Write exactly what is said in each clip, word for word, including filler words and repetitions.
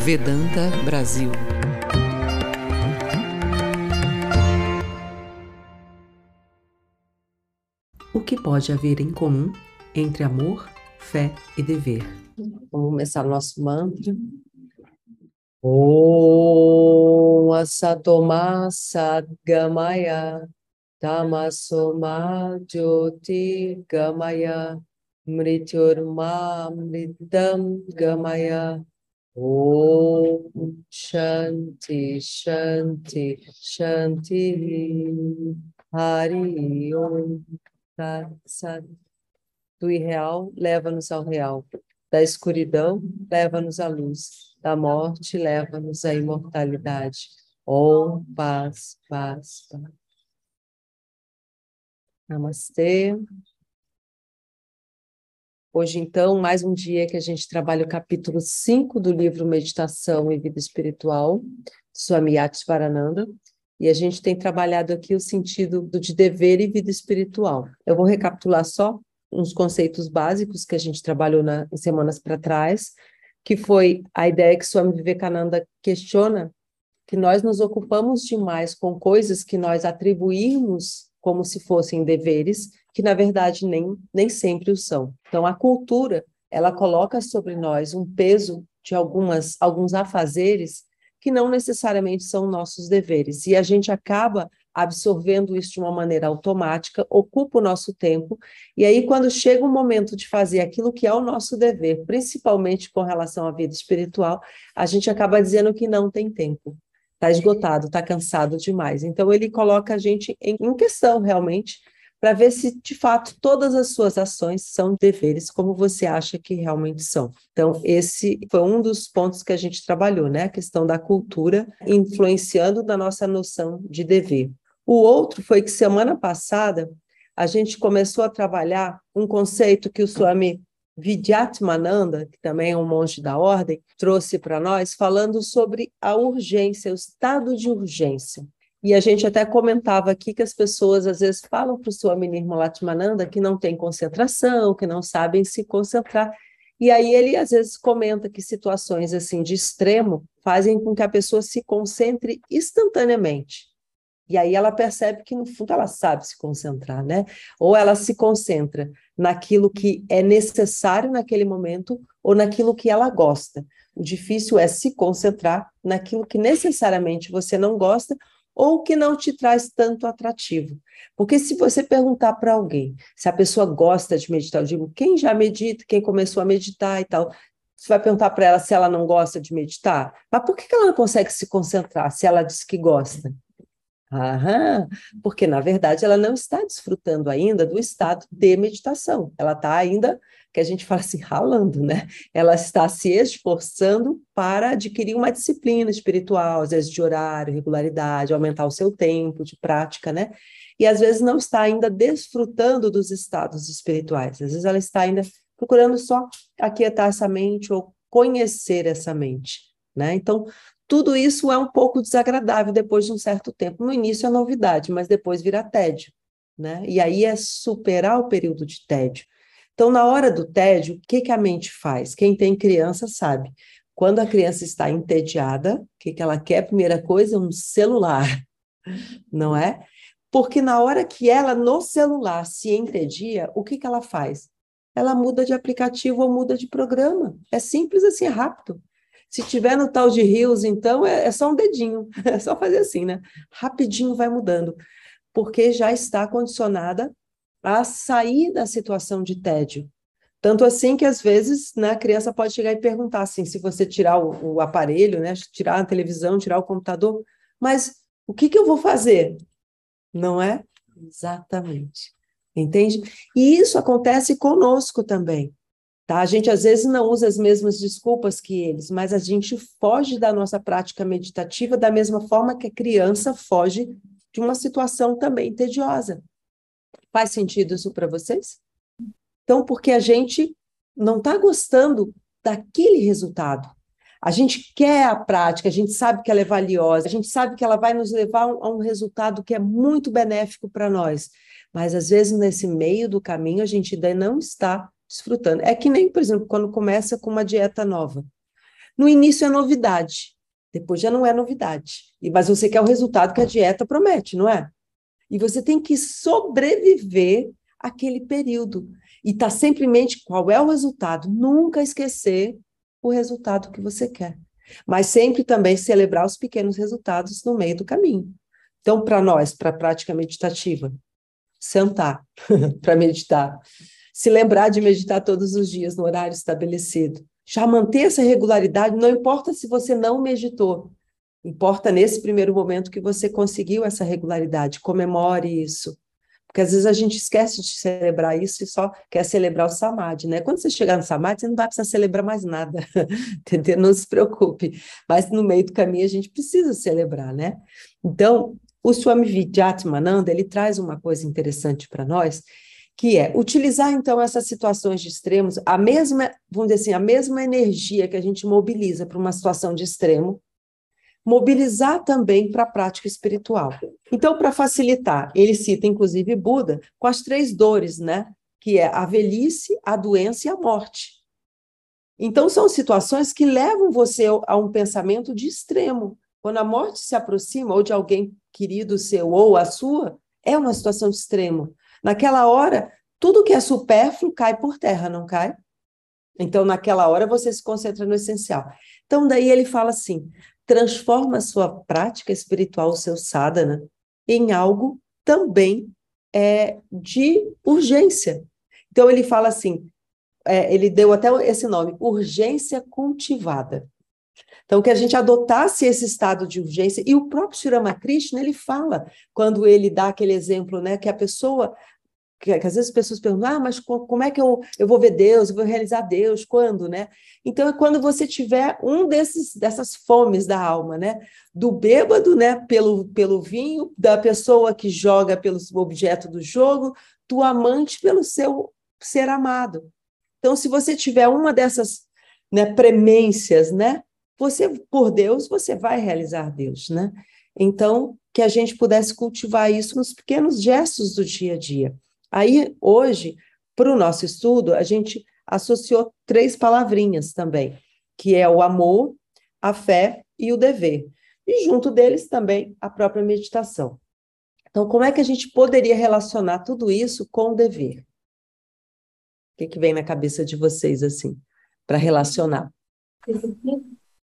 Vedanta Brasil. O que pode haver em comum entre amor, fé e dever? Vamos começar o nosso mantra. Om Asatoma Sadgamaya Tamasoma Jyoti Gamaya Mrityurma Mritam Gamaya Om Shanti Shanti Shanti Hari Om Tat Sat. Do irreal, leva-nos ao real. Da escuridão, leva-nos à luz. Da morte, leva-nos à imortalidade. Om, paz, paz, paz. Namastê. Hoje, então, mais um dia que a gente trabalha o capítulo cinco do livro Meditação e Vida Espiritual, de Swami Yatisvarananda, e a gente tem trabalhado aqui o sentido do de dever e vida espiritual. Eu vou recapitular só uns conceitos básicos que a gente trabalhou na, em semanas para trás, que foi a ideia que Swami Vivekananda questiona, que nós nos ocupamos demais com coisas que nós atribuímos como se fossem deveres, que na verdade nem, nem sempre o são. Então a cultura, ela coloca sobre nós um peso de algumas, alguns afazeres que não necessariamente são nossos deveres, e a gente acaba absorvendo isso de uma maneira automática, ocupa o nosso tempo, e aí quando chega o momento de fazer aquilo que é o nosso dever, principalmente com relação à vida espiritual, a gente acaba dizendo que não tem tempo, está esgotado, está cansado demais. Então ele coloca a gente em, em questão realmente, para ver se, de fato, todas as suas ações são deveres, como você acha que realmente são. Então, esse foi um dos pontos que a gente trabalhou, né? A questão da cultura influenciando na nossa noção de dever. O outro foi que, semana passada, a gente começou a trabalhar um conceito que o Swami Vidyatmananda, que também é um monge da ordem, trouxe para nós, falando sobre a urgência, o estado de urgência. E a gente até comentava aqui que as pessoas às vezes falam para o Swami Nirmalatmananda que não tem concentração, que não sabem se concentrar. E aí ele às vezes comenta que situações assim de extremo fazem com que a pessoa se concentre instantaneamente. E aí ela percebe que no fundo ela sabe se concentrar, né? Ou ela se concentra naquilo que é necessário naquele momento ou naquilo que ela gosta. O difícil é se concentrar naquilo que necessariamente você não gosta ou que não te traz tanto atrativo. Porque se você perguntar para alguém se a pessoa gosta de meditar, eu digo, quem já medita, quem começou a meditar e tal, você vai perguntar para ela se ela não gosta de meditar? Mas por que ela não consegue se concentrar se ela diz que gosta? Aham, porque, na verdade, ela não está desfrutando ainda do estado de meditação. Ela está ainda, que a gente fala assim, ralando, né? Ela está se esforçando para adquirir uma disciplina espiritual, às vezes de horário, regularidade, aumentar o seu tempo de prática, né? E, às vezes, não está ainda desfrutando dos estados espirituais. Às vezes, ela está ainda procurando só aquietar essa mente ou conhecer essa mente, né? Então, tudo isso é um pouco desagradável depois de um certo tempo. No início é novidade, mas depois vira tédio, né? E aí é superar o período de tédio. Então, na hora do tédio, o que que a mente faz? Quem tem criança sabe. Quando a criança está entediada, o que que ela quer? Primeira coisa, um celular, não é? Porque na hora que ela, no celular, se entedia, o que que ela faz? Ela muda de aplicativo ou muda de programa. É simples assim, é rápido. Se tiver no tal de Reels, então, é, é só um dedinho, é só fazer assim, né? Rapidinho vai mudando, porque já está condicionada a sair da situação de tédio. Tanto assim que, às vezes, né, a criança pode chegar e perguntar assim, se você tirar o, o aparelho, né, tirar a televisão, tirar o computador, mas o que que eu vou fazer? Não é? Exatamente. Entende? E isso acontece conosco também. Tá? A gente às vezes não usa as mesmas desculpas que eles, mas a gente foge da nossa prática meditativa da mesma forma que a criança foge de uma situação também tediosa. Faz sentido isso para vocês? Então, porque a gente não está gostando daquele resultado. A gente quer a prática, a gente sabe que ela é valiosa, a gente sabe que ela vai nos levar a um resultado que é muito benéfico para nós, mas às vezes nesse meio do caminho a gente ainda não está desfrutando. É que nem, por exemplo, quando começa com uma dieta nova. No início é novidade, depois já não é novidade. E, mas você quer o resultado que a dieta promete, não é? E você tem que sobreviver àquele período. E estar tá sempre em mente qual é o resultado. Nunca esquecer o resultado que você quer. Mas sempre também celebrar os pequenos resultados no meio do caminho. Então, para nós, para a prática meditativa, sentar para meditar, se lembrar de meditar todos os dias no horário estabelecido, já manter essa regularidade, não importa se você não meditou, importa nesse primeiro momento que você conseguiu essa regularidade, comemore isso. Porque às vezes a gente esquece de celebrar isso e só quer celebrar o Samadhi, né? Quando você chegar no Samadhi, você não vai precisar celebrar mais nada, entendeu? Não se preocupe. Mas no meio do caminho a gente precisa celebrar, né? Então, o Swami Vidyatmananda, ele traz uma coisa interessante para nós, que é utilizar, então, essas situações de extremos, a mesma, vamos dizer assim, a mesma energia que a gente mobiliza para uma situação de extremo, mobilizar também para a prática espiritual. Então, para facilitar, ele cita, inclusive, Buda com as três dores, né? Que é a velhice, a doença e a morte. Então, são situações que levam você a um pensamento de extremo. Quando a morte se aproxima, ou de alguém querido seu, ou a sua, é uma situação de extremo. Naquela hora, tudo que é supérfluo cai por terra, não cai? Então, naquela hora, você se concentra no essencial. Então, daí ele fala assim, transforma a sua prática espiritual, o seu sadhana, em algo também é, de urgência. Então, ele fala assim, é, ele deu até esse nome, urgência cultivada. Então, que a gente adotasse esse estado de urgência, e o próprio Sri Ramakrishna, ele fala, quando ele dá aquele exemplo, né, que a pessoa... Que, que às vezes as pessoas perguntam, ah, mas como é que eu, eu vou ver Deus, eu vou realizar Deus, quando, né? Então, é quando você tiver um desses, dessas fomes da alma, né? Do bêbado, né? Pelo, pelo vinho, da pessoa que joga pelo objeto do jogo, do amante pelo seu ser amado. Então, se você tiver uma dessas, né, premências, né? Você, por Deus, você vai realizar Deus, né? Então, que a gente pudesse cultivar isso nos pequenos gestos do dia a dia. Aí, hoje, para o nosso estudo, a gente associou três palavrinhas também, que é o amor, a fé e o dever. E junto deles também a própria meditação. Então, como é que a gente poderia relacionar tudo isso com o dever? O que, que vem na cabeça de vocês, assim, para relacionar? Disciplina.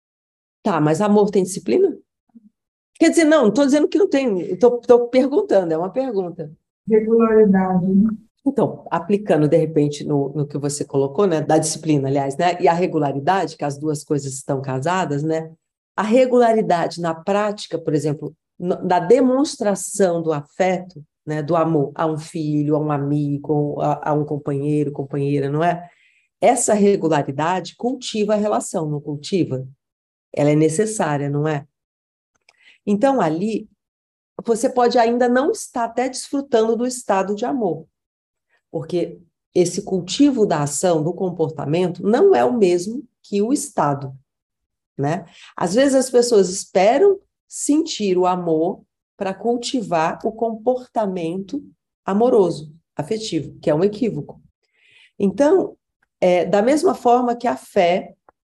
Tá, mas amor tem disciplina? Quer dizer, não, não estou dizendo que não tem, estou perguntando, é uma pergunta. Regularidade, né? Então, aplicando, de repente, no, no que você colocou, né, da disciplina, aliás, né, e a regularidade, que as duas coisas estão casadas, né, a regularidade na prática, por exemplo, no, da demonstração do afeto, né, do amor a um filho, a um amigo, a, a um companheiro, companheira, não é? Essa regularidade cultiva a relação, não cultiva? Ela é necessária, não é? Então, ali, você pode ainda não estar até desfrutando do estado de amor, porque esse cultivo da ação, do comportamento, não é o mesmo que o estado, né? Às vezes as pessoas esperam sentir o amor para cultivar o comportamento amoroso, afetivo, que é um equívoco. Então, é, da mesma forma que a fé,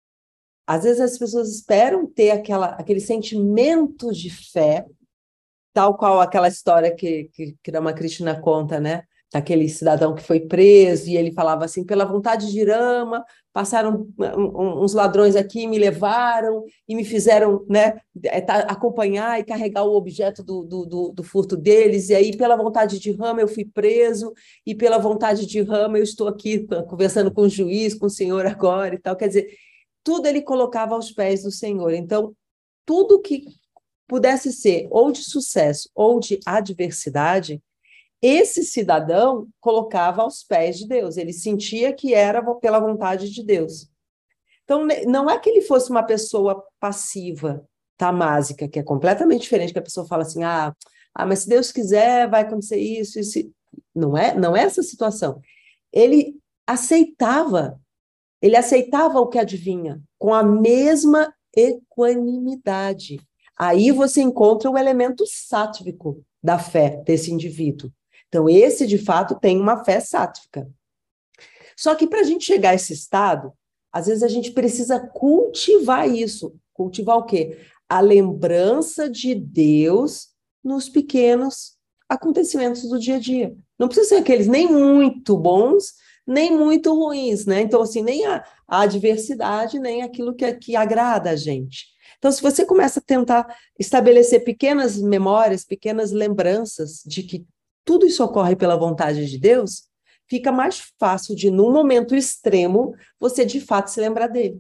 às vezes as pessoas esperam ter aquela, aquele sentimento de fé, tal qual aquela história que, que, que Ramakrishna conta, né? Daquele cidadão que foi preso, e ele falava assim, pela vontade de Rama, passaram uns ladrões aqui, me levaram e me fizeram, né, acompanhar e carregar o objeto do, do, do, do furto deles, e aí pela vontade de Rama eu fui preso, e pela vontade de Rama eu estou aqui conversando com o juiz, com o senhor agora e tal. Quer dizer, tudo ele colocava aos pés do Senhor. Então, tudo que pudesse ser ou de sucesso ou de adversidade, esse cidadão colocava aos pés de Deus, ele sentia que era pela vontade de Deus. Então, não é que ele fosse uma pessoa passiva, tamásica, que é completamente diferente, que a pessoa fala assim, ah, ah, mas se Deus quiser, vai acontecer isso, isso. Não é, não é essa situação. Ele aceitava, ele aceitava o que adivinha, com a mesma equanimidade. Aí você encontra o elemento sátvico da fé desse indivíduo. Então, esse, de fato, tem uma fé sátvica. Só que para a gente chegar a esse estado, Às vezes a gente precisa cultivar isso. Cultivar o quê? A lembrança de Deus nos pequenos acontecimentos do dia a dia. Não precisa ser aqueles nem muito bons, nem muito ruins, né? Então, assim, nem a, a adversidade, nem aquilo que, que agrada a gente. Então, se você começa a tentar estabelecer pequenas memórias, pequenas lembranças de que tudo isso ocorre pela vontade de Deus, fica mais fácil de, num momento extremo, você de fato se lembrar dele.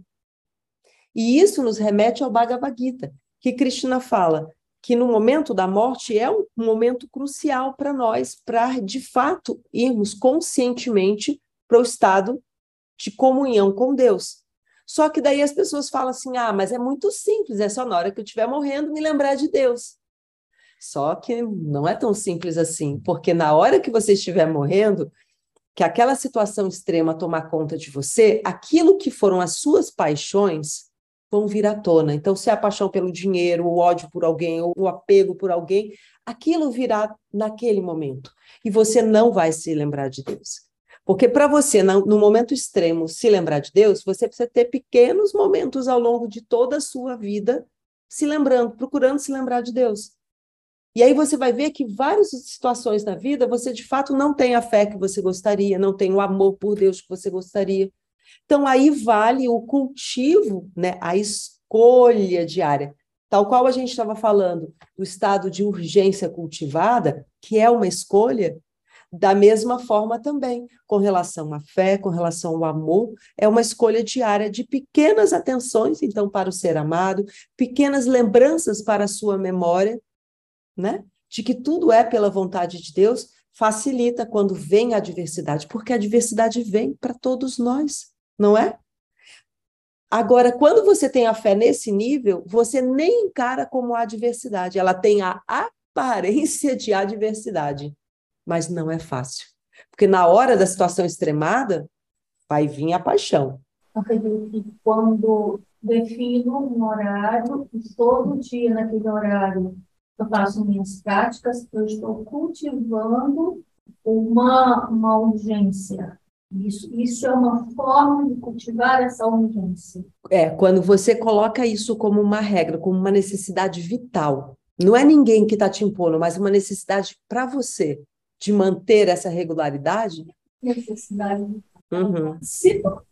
E isso nos remete ao Bhagavad Gita, que Krishna fala que no momento da morte é um momento crucial para nós, para de fato irmos conscientemente para o estado de comunhão com Deus. Só que daí as pessoas falam assim, ah, mas é muito simples, é só na hora que eu estiver morrendo me lembrar de Deus. Só que não é tão simples assim, porque na hora que você estiver morrendo, que aquela situação extrema tomar conta de você, aquilo que foram as suas paixões vão vir à tona. Então, se é a paixão pelo dinheiro, o ódio por alguém, ou o apego por alguém, aquilo virá naquele momento. E você não vai se lembrar de Deus. Porque para você, no momento extremo, se lembrar de Deus, você precisa ter pequenos momentos ao longo de toda a sua vida, se lembrando, procurando se lembrar de Deus. E aí você vai ver que várias situações na vida, você de fato não tem a fé que você gostaria, não tem o amor por Deus que você gostaria. Então aí vale o cultivo, né, a escolha diária. Tal qual a gente estava falando do estado de urgência cultivada, que é uma escolha, da mesma forma também, com relação à fé, com relação ao amor, é uma escolha diária de pequenas atenções, então, para o ser amado, pequenas lembranças para a sua memória, né? De que tudo é pela vontade de Deus, facilita quando vem a adversidade, porque a adversidade vem para todos nós, não é? Agora, quando você tem a fé nesse nível, você nem encara como adversidade, ela tem a aparência de adversidade, mas não é fácil, porque na hora da situação extremada, vai vir a paixão. Acredito que quando defino um horário, e todo dia naquele horário eu faço minhas práticas, eu estou cultivando uma, uma urgência. Isso, isso é uma forma de cultivar essa urgência. É, quando você coloca isso como uma regra, como uma necessidade vital, não é ninguém que está te impondo, mas uma necessidade para você de manter essa regularidade. Necessidade de Uhum. se tornar.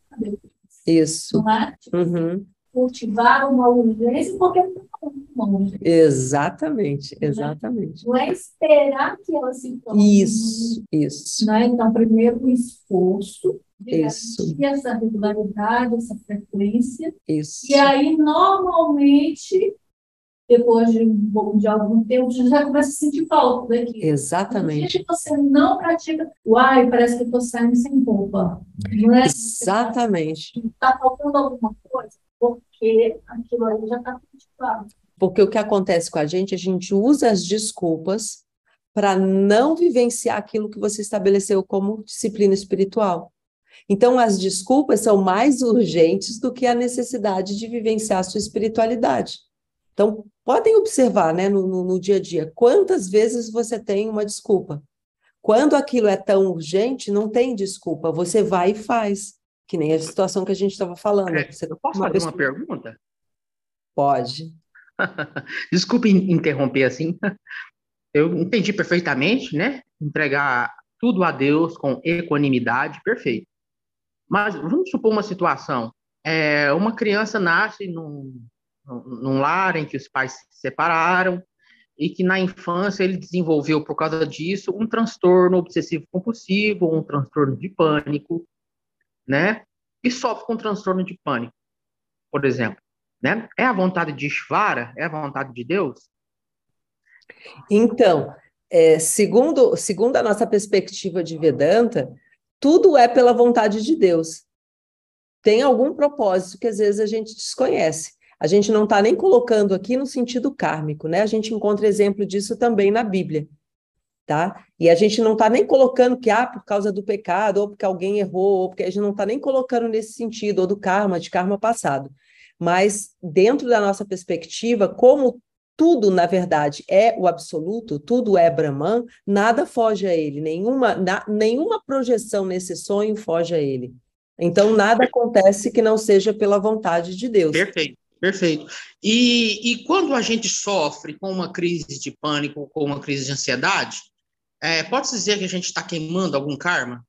Isso. Não é? Uhum. Cultivar uma urgência, porque é uma urgência. Exatamente, exatamente. Não é esperar que ela se torne. Isso, isso. Né? Então, primeiro o esforço de Isso. garantir essa regularidade, essa frequência. Isso. E aí, normalmente, depois de, de algum tempo, você já começa a sentir falta daquilo. Exatamente. No dia que você não pratica, uai, parece que eu estou saindo sem roupa. Não é? Exatamente. Está faltando alguma coisa, porque aquilo aí já está cultivado. Porque o que acontece com a gente, a gente usa as desculpas para não vivenciar aquilo que você estabeleceu como disciplina espiritual. Então, as desculpas são mais urgentes do que a necessidade de vivenciar a sua espiritualidade. Então, podem observar, né, no, no, no dia a dia, quantas vezes você tem uma desculpa. Quando aquilo é tão urgente, não tem desculpa, você vai e faz. Que nem a situação que a gente estava falando. Você Eu posso uma fazer vez... uma pergunta? Pode. Desculpe interromper assim. Eu entendi perfeitamente, né? Entregar tudo a Deus com equanimidade, perfeito. Mas vamos supor uma situação. É, uma criança nasce num, num lar em que os pais se separaram e que na infância ele desenvolveu, por causa disso, um transtorno obsessivo-compulsivo, um transtorno de pânico, né? E sofre com transtorno de pânico, por exemplo. Né? É a vontade de Ishvara? É a vontade de Deus? Então, é, segundo, segundo a nossa perspectiva de Vedanta, tudo é pela vontade de Deus. Tem algum propósito que às vezes a gente desconhece. A gente não está nem colocando aqui no sentido kármico, né? A gente encontra exemplo disso também na Bíblia, tá? E a gente não está nem colocando que, ah, por causa do pecado, ou porque alguém errou, ou porque a gente não está nem colocando nesse sentido, ou do karma, de karma passado. Mas, dentro da nossa perspectiva, como tudo, na verdade, é o absoluto, tudo é Brahman, nada foge a ele, nenhuma, na, nenhuma projeção nesse sonho foge a ele. Então, nada acontece que não seja pela vontade de Deus. Perfeito, perfeito. E, e quando a gente sofre com uma crise de pânico, com uma crise de ansiedade, é, pode-se dizer que a gente está queimando algum karma?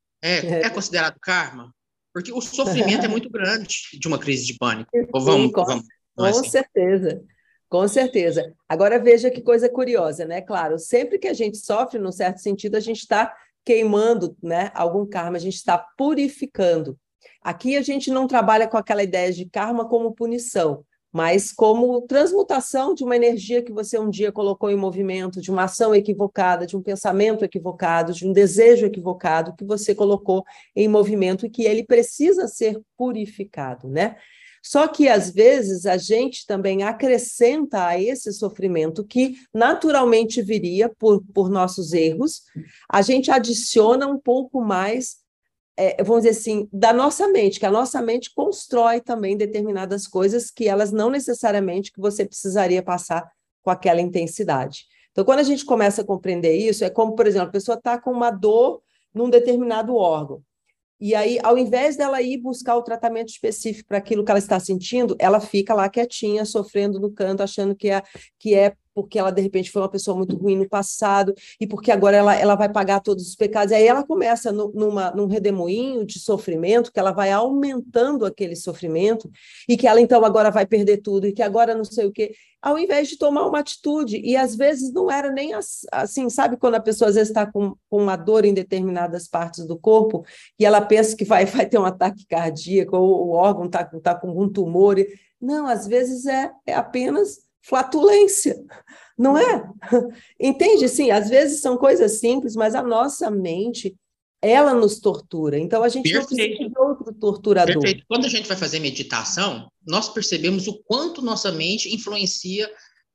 É, é considerado karma? Porque o sofrimento é muito grande de uma crise de pânico. Ou vamos, Sim, com, vamos, não é com assim? certeza, com certeza. Agora veja que coisa curiosa, né? Claro, sempre que a gente sofre, num certo sentido, a gente está queimando, né, algum karma, a gente está purificando. Aqui a gente não trabalha com aquela ideia de karma como punição, mas como transmutação de uma energia que você um dia colocou em movimento, de uma ação equivocada, de um pensamento equivocado, de um desejo equivocado que você colocou em movimento e que ele precisa ser purificado, né? Só que, às vezes, a gente também acrescenta a esse sofrimento que naturalmente viria por, por nossos erros, a gente adiciona um pouco mais, é, vamos dizer assim, da nossa mente, que a nossa mente constrói também determinadas coisas que elas não necessariamente que você precisaria passar com aquela intensidade. Então, quando a gente começa a compreender isso, é como, por exemplo, a pessoa está com uma dor num determinado órgão. E aí, ao invés dela ir buscar o tratamento específico para aquilo que ela está sentindo, ela fica lá quietinha, sofrendo no canto, achando que é, que é porque ela, de repente, foi uma pessoa muito ruim no passado e porque agora ela, ela vai pagar todos os pecados. E aí ela começa no, numa, num redemoinho de sofrimento, que ela vai aumentando aquele sofrimento e que ela, então, agora vai perder tudo e que agora não sei o quê, ao invés de tomar uma atitude. E, às vezes, não era nem assim, sabe quando a pessoa, às vezes, está com, com uma dor em determinadas partes do corpo e ela pensa que vai, vai ter um ataque cardíaco ou o órgão está tá com um tumor. Não, às vezes é, é apenas flatulência, não é? Entende? Sim, às vezes são coisas simples, mas a nossa mente, ela nos tortura. Então, a gente Perfeito. não precisa de outro torturador. Perfeito. Quando a gente vai fazer meditação, nós percebemos o quanto nossa mente influencia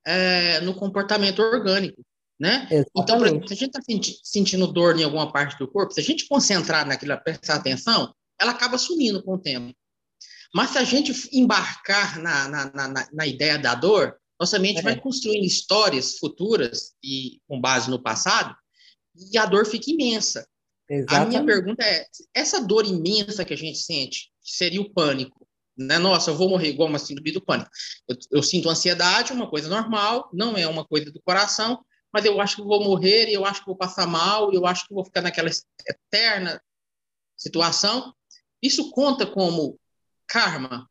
é, no comportamento orgânico, né? Exatamente. Então, por exemplo, se a gente está sentindo dor em alguma parte do corpo, se a gente concentrar naquilo, prestar atenção, ela acaba sumindo com o tempo. Mas se a gente embarcar na, na, na, na ideia da dor, nossa mente é. vai construindo histórias futuras e com base no passado, e a dor fica imensa. Exatamente. A minha pergunta é, essa dor imensa que a gente sente, que seria o pânico, né? Nossa, eu vou morrer igual uma síndrome do pânico. Eu, eu sinto ansiedade, uma coisa normal, não é uma coisa do coração, mas eu acho que eu vou morrer, e eu acho que vou passar mal, eu acho que vou ficar naquela eterna situação. Isso conta como karma?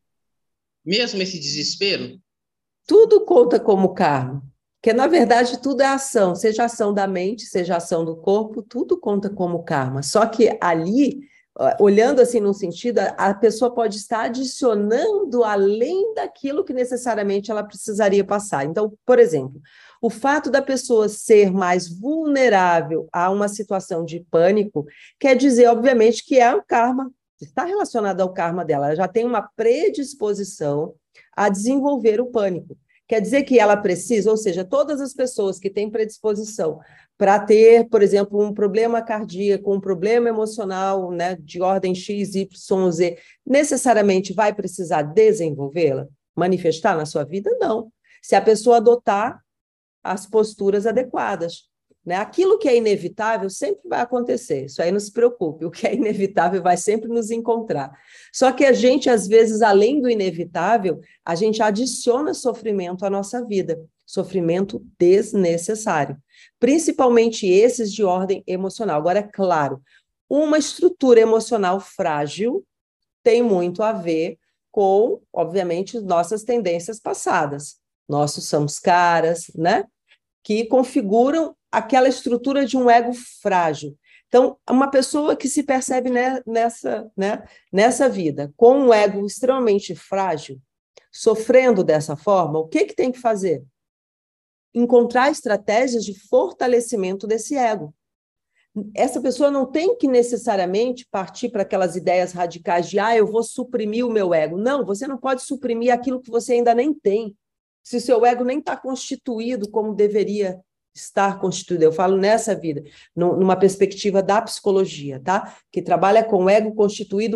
Mesmo esse desespero? Tudo conta como karma. Porque, na verdade, tudo é ação, seja ação da mente, seja ação do corpo, tudo conta como karma. Só que ali, olhando assim num sentido, a pessoa pode estar adicionando além daquilo que necessariamente ela precisaria passar. Então, por exemplo, o fato da pessoa ser mais vulnerável a uma situação de pânico quer dizer, obviamente, que é o karma, está relacionado ao karma dela, ela já tem uma predisposição a desenvolver o pânico. Quer dizer que ela precisa, ou seja, todas as pessoas que têm predisposição para ter, por exemplo, um problema cardíaco, um problema emocional, né, de ordem X, Y, Z, necessariamente vai precisar desenvolvê-la? Manifestar na sua vida? Não. Se a pessoa adotar as posturas adequadas. Né? Aquilo que é inevitável sempre vai acontecer, isso aí não se preocupe, o que é inevitável vai sempre nos encontrar. Só que a gente, às vezes, além do inevitável, a gente adiciona sofrimento à nossa vida, sofrimento desnecessário, principalmente esses de ordem emocional. Agora, é claro, uma estrutura emocional frágil tem muito a ver com, obviamente, nossas tendências passadas, nossos samskaras, né? Que configuram aquela estrutura de um ego frágil. Então, uma pessoa que se percebe nessa, né, nessa vida com um ego extremamente frágil, sofrendo dessa forma, o que, que tem que fazer? Encontrar estratégias de fortalecimento desse ego. Essa pessoa não tem que necessariamente partir para aquelas ideias radicais de ah, eu vou suprimir o meu ego. Não, você não pode suprimir aquilo que você ainda nem tem. Se o seu ego nem está constituído como deveria estar constituído, eu falo nessa vida, numa perspectiva da psicologia, tá? Que trabalha com o ego constituído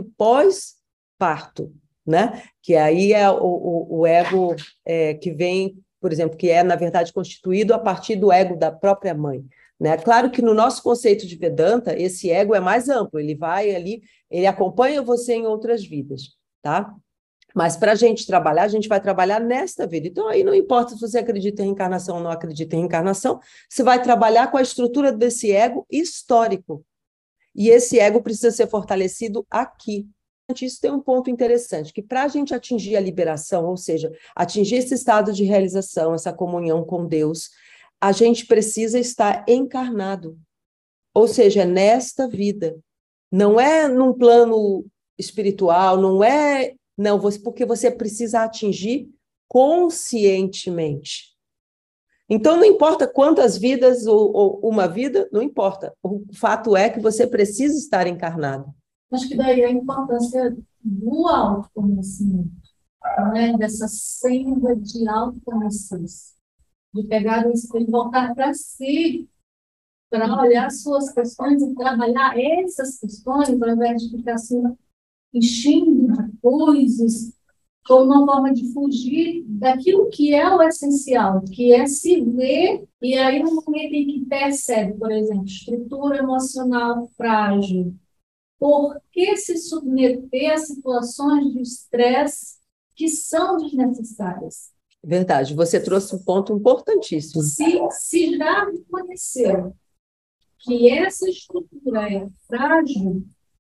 pós-parto, né? Que aí é o, o, o ego é, que vem, por exemplo, que é, na verdade, constituído a partir do ego da própria mãe, né? Claro que no nosso conceito de Vedanta, esse ego é mais amplo, ele vai ali, ele acompanha você em outras vidas, tá? Mas para a gente trabalhar, a gente vai trabalhar nesta vida. Então, aí não importa se você acredita em reencarnação ou não acredita em reencarnação, você vai trabalhar com a estrutura desse ego histórico. E esse ego precisa ser fortalecido aqui. Isso tem um ponto interessante, que para a gente atingir a liberação, ou seja, atingir esse estado de realização, essa comunhão com Deus, a gente precisa estar encarnado. Ou seja, é nesta vida. Não é num plano espiritual, não é... Não, porque você precisa atingir conscientemente. Então, não importa quantas vidas ou, ou uma vida, não importa. O fato é que você precisa estar encarnado. Acho que daí a importância do autoconhecimento, né? Dessa senda de autoconhecência, de pegar o espelho e voltar para si, para olhar suas questões e trabalhar essas questões, ao invés de ficar assim, enchendo de coisas, como uma forma de fugir daquilo que é o essencial, que é se ver, e aí no momento em que percebe, por exemplo, estrutura emocional frágil, por que se submeter a situações de estresse que são desnecessárias? Verdade, você trouxe um ponto importantíssimo. Se, se já reconheceu que essa estrutura é frágil,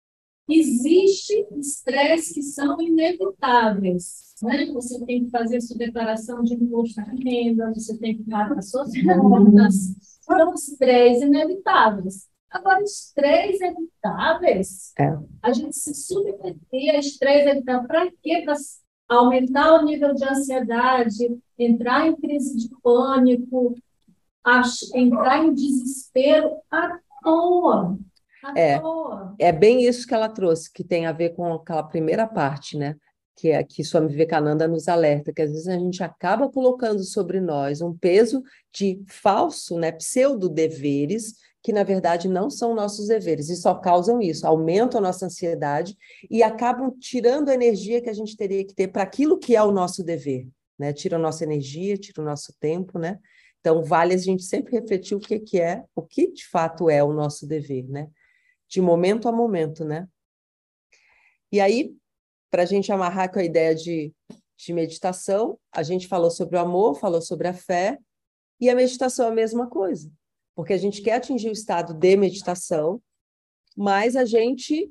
existe estresses que são inevitáveis, né? Você tem que fazer sua declaração de imposto de renda, você tem que pagar suas contas, são estresses inevitáveis. Agora, estresses evitáveis, é. A gente se submeter a estresse evitável, para quê? Para aumentar o nível de ansiedade, entrar em crise de pânico, entrar em desespero à toa. É, é bem isso que ela trouxe, que tem a ver com aquela primeira parte, né? Que é que Swami Vivekananda nos alerta, que às vezes a gente acaba colocando sobre nós um peso de falso, né, pseudo-deveres, que na verdade não são nossos deveres, e só causam isso, aumentam a nossa ansiedade e acabam tirando a energia que a gente teria que ter para aquilo que é o nosso dever, né? Tira a nossa energia, tira o nosso tempo, né? Então vale a gente sempre refletir o que, que é, o que de fato é o nosso dever, né? De momento a momento, né? E aí, para a gente amarrar com a ideia de, de meditação, a gente falou sobre o amor, falou sobre a fé, e a meditação é a mesma coisa, porque a gente quer atingir o estado de meditação, mas a gente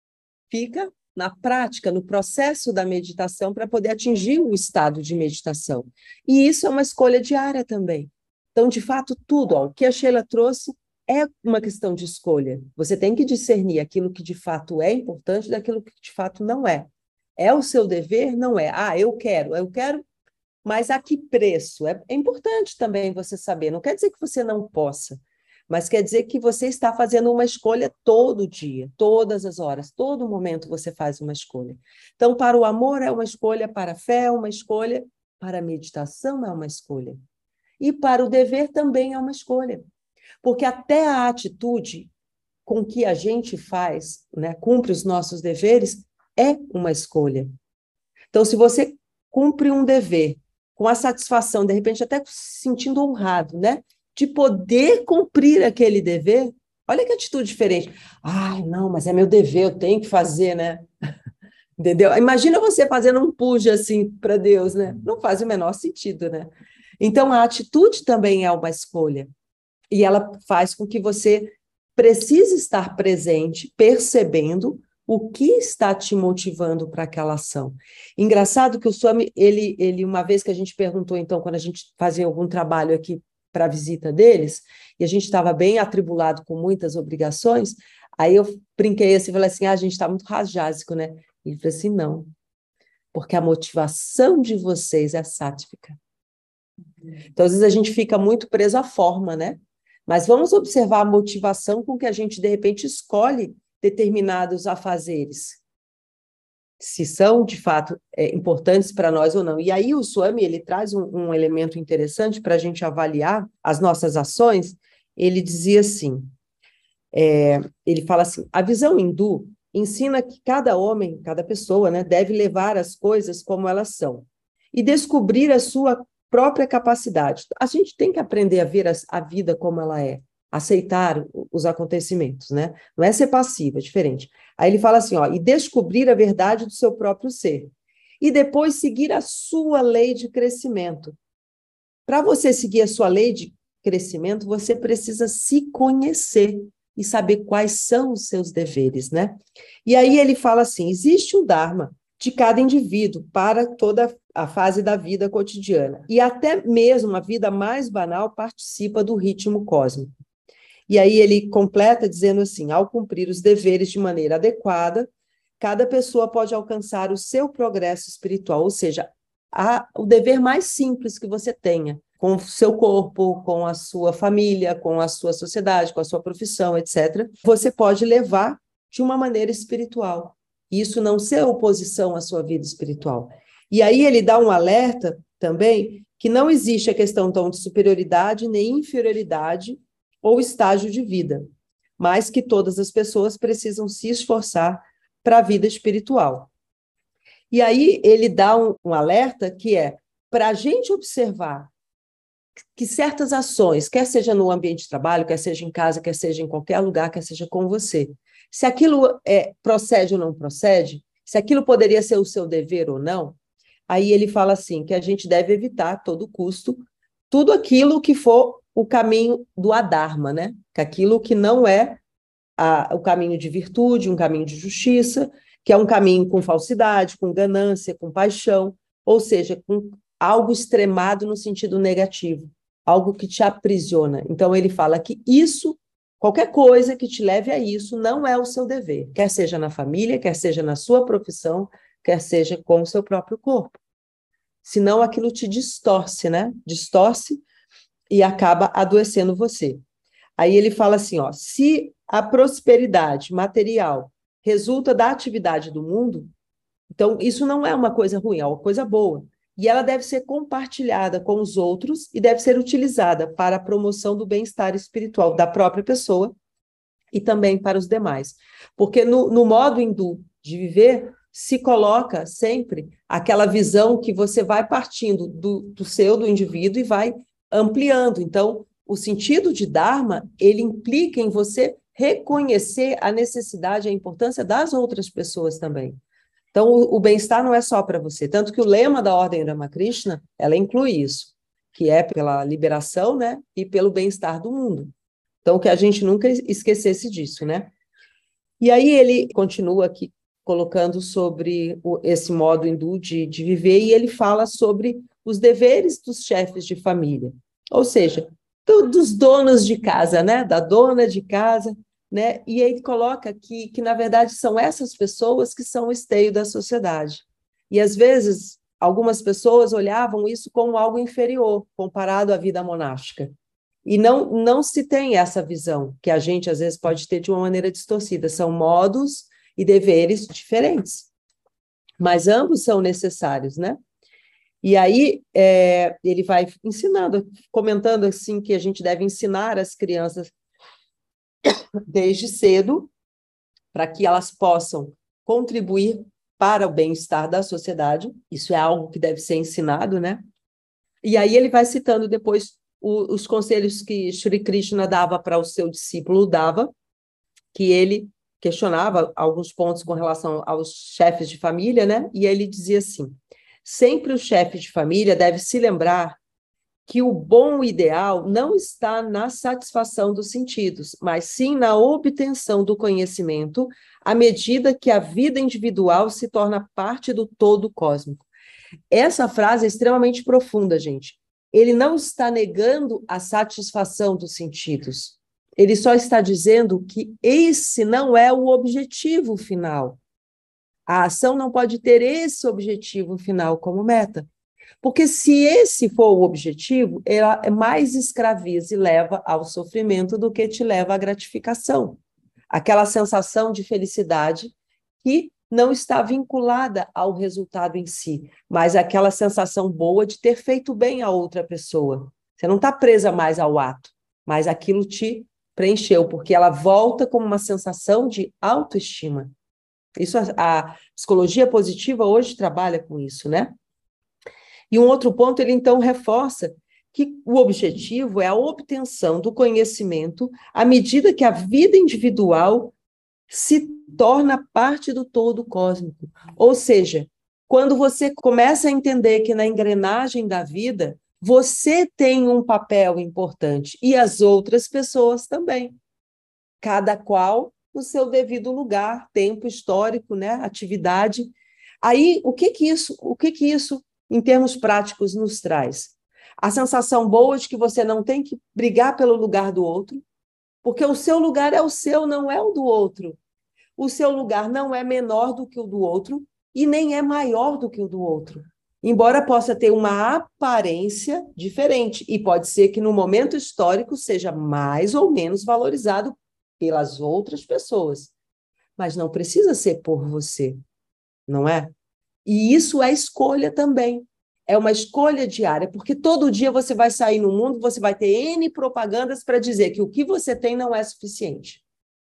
fica na prática, no processo da meditação, para poder atingir o estado de meditação. E isso é uma escolha diária também. Então, de fato, tudo, ó, o que a Sheila trouxe, é uma questão de escolha. Você tem que discernir aquilo que de fato é importante daquilo que de fato não é. É o seu dever? Não é. Ah, eu quero, eu quero, mas a que preço? É, é importante também você saber. Não quer dizer que você não possa, mas quer dizer que você está fazendo uma escolha todo dia, todas as horas, todo momento você faz uma escolha. Então, para o amor é uma escolha, para a fé é uma escolha, para a meditação é uma escolha. E para o dever também é uma escolha. Porque até a atitude com que a gente faz, né, cumpre os nossos deveres, é uma escolha. Então, se você cumpre um dever com a satisfação, de repente até se sentindo honrado, né, de poder cumprir aquele dever, olha que atitude diferente. Ai, não, mas é meu dever, eu tenho que fazer, né? Entendeu? Imagina você fazendo um puja assim para Deus, né? Não faz o menor sentido, né? Então, a atitude também é uma escolha. E ela faz com que você precise estar presente, percebendo o que está te motivando para aquela ação. Engraçado que o Swami, ele, ele, uma vez que a gente perguntou, então, quando a gente fazia algum trabalho aqui para a visita deles, e a gente estava bem atribulado com muitas obrigações, aí eu brinquei assim, falei assim, ah, a gente está muito rajásico, né? Ele falou assim, não, porque a motivação de vocês é sáttvica. Então, às vezes a gente fica muito preso à forma, né? Mas vamos observar a motivação com que a gente, de repente, escolhe determinados afazeres. Se são, de fato, é, importantes para nós ou não. E aí o Swami, ele traz um, um elemento interessante para a gente avaliar as nossas ações. Ele dizia assim, é, ele fala assim, a visão hindu ensina que cada homem, cada pessoa, né, deve levar as coisas como elas são e descobrir a sua própria capacidade. A gente tem que aprender a ver a, a vida como ela é. aceitar os acontecimentos, né? Não é ser passivo, é diferente. Aí ele fala assim, ó, e descobrir a verdade do seu próprio ser. E depois seguir a sua lei de crescimento. Para você seguir a sua lei de crescimento, você precisa se conhecer e saber quais são os seus deveres, né? E aí ele fala assim, existe um Dharma de cada indivíduo para toda a fase da vida cotidiana. E até mesmo a vida mais banal participa do ritmo cósmico. E aí ele completa dizendo assim, ao cumprir os deveres de maneira adequada, cada pessoa pode alcançar o seu progresso espiritual, ou seja, a, o dever mais simples que você tenha, com o seu corpo, com a sua família, com a sua sociedade, com a sua profissão, etcétera, você pode levar de uma maneira espiritual. E isso não ser oposição à sua vida espiritual. E aí ele dá um alerta também que não existe a questão então de superioridade nem inferioridade ou estágio de vida, mas que todas as pessoas precisam se esforçar para a vida espiritual. E aí ele dá um, um alerta que é para a gente observar que certas ações, quer seja no ambiente de trabalho, quer seja em casa, quer seja em qualquer lugar, quer seja com você, se aquilo é, procede ou não procede, se aquilo poderia ser o seu dever ou não, aí ele fala assim, que a gente deve evitar a todo custo tudo aquilo que for o caminho do adharma, né? Que aquilo que não é a, o caminho de virtude, um caminho de justiça, que é um caminho com falsidade, com ganância, com paixão, ou seja, com algo extremado no sentido negativo, algo que te aprisiona. Então ele fala que isso, qualquer coisa que te leve a isso, não é o seu dever, quer seja na família, quer seja na sua profissão, quer seja com o seu próprio corpo. Senão aquilo te distorce, né? Distorce e acaba adoecendo você. Aí ele fala assim, ó, se a prosperidade material resulta da atividade do mundo, então isso não é uma coisa ruim, é uma coisa boa. E ela deve ser compartilhada com os outros e deve ser utilizada para a promoção do bem-estar espiritual da própria pessoa e também para os demais. Porque no, no modo hindu de viver, se coloca sempre aquela visão que você vai partindo do, do seu, do indivíduo, e vai ampliando. Então, o sentido de Dharma, ele implica em você reconhecer a necessidade, a importância das outras pessoas também. Então, o, o bem-estar não é só para você. Tanto que o lema da Ordem Ramakrishna, ela inclui isso, que é pela liberação, né, e pelo bem-estar do mundo. Então, que a gente nunca esquecesse disso, né? E aí ele continua aqui colocando sobre o, esse modo hindu de, de viver, e ele fala sobre os deveres dos chefes de família, ou seja, do, dos donos de casa, né? Da dona de casa, né? E ele coloca que, que, na verdade, são essas pessoas que são o esteio da sociedade. E, às vezes, algumas pessoas olhavam isso como algo inferior, comparado à vida monástica. E não, não se tem essa visão, que a gente, às vezes, pode ter de uma maneira distorcida. São modos e deveres diferentes, mas ambos são necessários, né? E aí é, ele vai ensinando, comentando assim que a gente deve ensinar as crianças desde cedo, para que elas possam contribuir para o bem-estar da sociedade. Isso é algo que deve ser ensinado, né? E aí ele vai citando depois o, os conselhos que Shri Krishna dava para o seu discípulo Uddhava, que ele questionava alguns pontos com relação aos chefes de família, né? E ele dizia assim, sempre o chefe de família deve se lembrar que o bom ideal não está na satisfação dos sentidos, mas sim na obtenção do conhecimento à medida que a vida individual se torna parte do todo cósmico. Essa frase é extremamente profunda, gente. Ele não está negando a satisfação dos sentidos. Ele só está dizendo que esse não é o objetivo final. A ação não pode ter esse objetivo final como meta. Porque se esse for o objetivo, ela mais escraviza e leva ao sofrimento do que te leva à gratificação. Aquela sensação de felicidade que não está vinculada ao resultado em si, mas aquela sensação boa de ter feito bem a outra pessoa. Você não está presa mais ao ato, mas aquilo te preencheu, porque ela volta como uma sensação de autoestima. Isso, a, a psicologia positiva hoje trabalha com isso, né? E um outro ponto, ele então reforça que o objetivo é a obtenção do conhecimento à medida que a vida individual se torna parte do todo cósmico. Ou seja, quando você começa a entender que na engrenagem da vida, você tem um papel importante e as outras pessoas também. Cada qual no seu devido lugar, tempo histórico, né, atividade. Aí, o que que isso, o que que isso, em termos práticos, nos traz? A sensação boa de que você não tem que brigar pelo lugar do outro, porque o seu lugar é o seu, não é o do outro. O seu lugar não é menor do que o do outro e nem é maior do que o do outro. Embora possa ter uma aparência diferente, e pode ser que no momento histórico seja mais ou menos valorizado pelas outras pessoas, mas não precisa ser por você, não é? E isso é escolha também. É uma escolha diária, porque todo dia você vai sair no mundo, você vai ter N propagandas para dizer que o que você tem não é suficiente.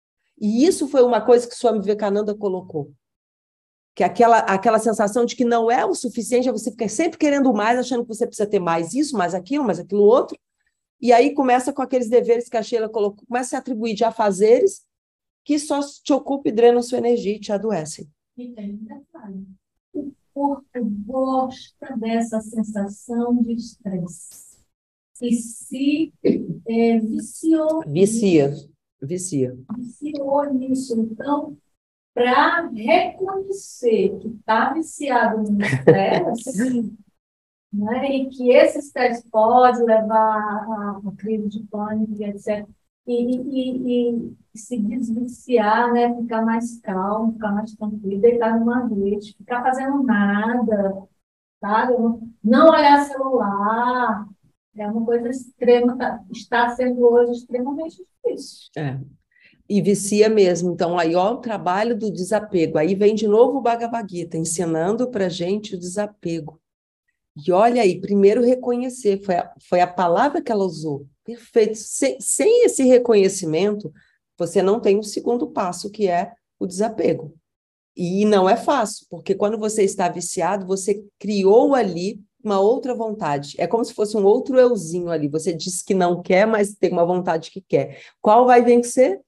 E isso foi uma coisa que Swami Vivekananda colocou. Que aquela, aquela sensação de que não é o suficiente, você fica sempre querendo mais, achando que você precisa ter mais isso, mais aquilo, mais aquilo outro. E aí começa com aqueles deveres que a Sheila colocou, começa a se atribuir de afazeres que só te ocupam e drenam sua energia e te adoecem. E tem um detalhe. O corpo gosta dessa sensação de estresse. E se é, viciou. Vicia, nisso, vicia. Viciou nisso. Então, para reconhecer que está viciado no estresse, né, e que esse estresse pode levar a uma crise de pânico, etcétera, e, e, e, e se desviciar, né, ficar mais calmo, ficar mais tranquilo, deitar numa rede, ficar fazendo nada, sabe? Não olhar celular, é uma coisa extrema, tá, está sendo hoje extremamente difícil. É. E vicia mesmo. Então, aí, ó, o trabalho do desapego. Aí vem de novo o Bhagavad Gita, ensinando para a gente o desapego. E olha aí, primeiro reconhecer, foi a, foi a palavra que ela usou. Perfeito. Sem, sem esse reconhecimento, você não tem o segundo passo, que é o desapego. E não é fácil, porque quando você está viciado, você criou ali uma outra vontade. É como se fosse um outro euzinho ali. Você disse que não quer, mas tem uma vontade que quer. Qual vai vencer?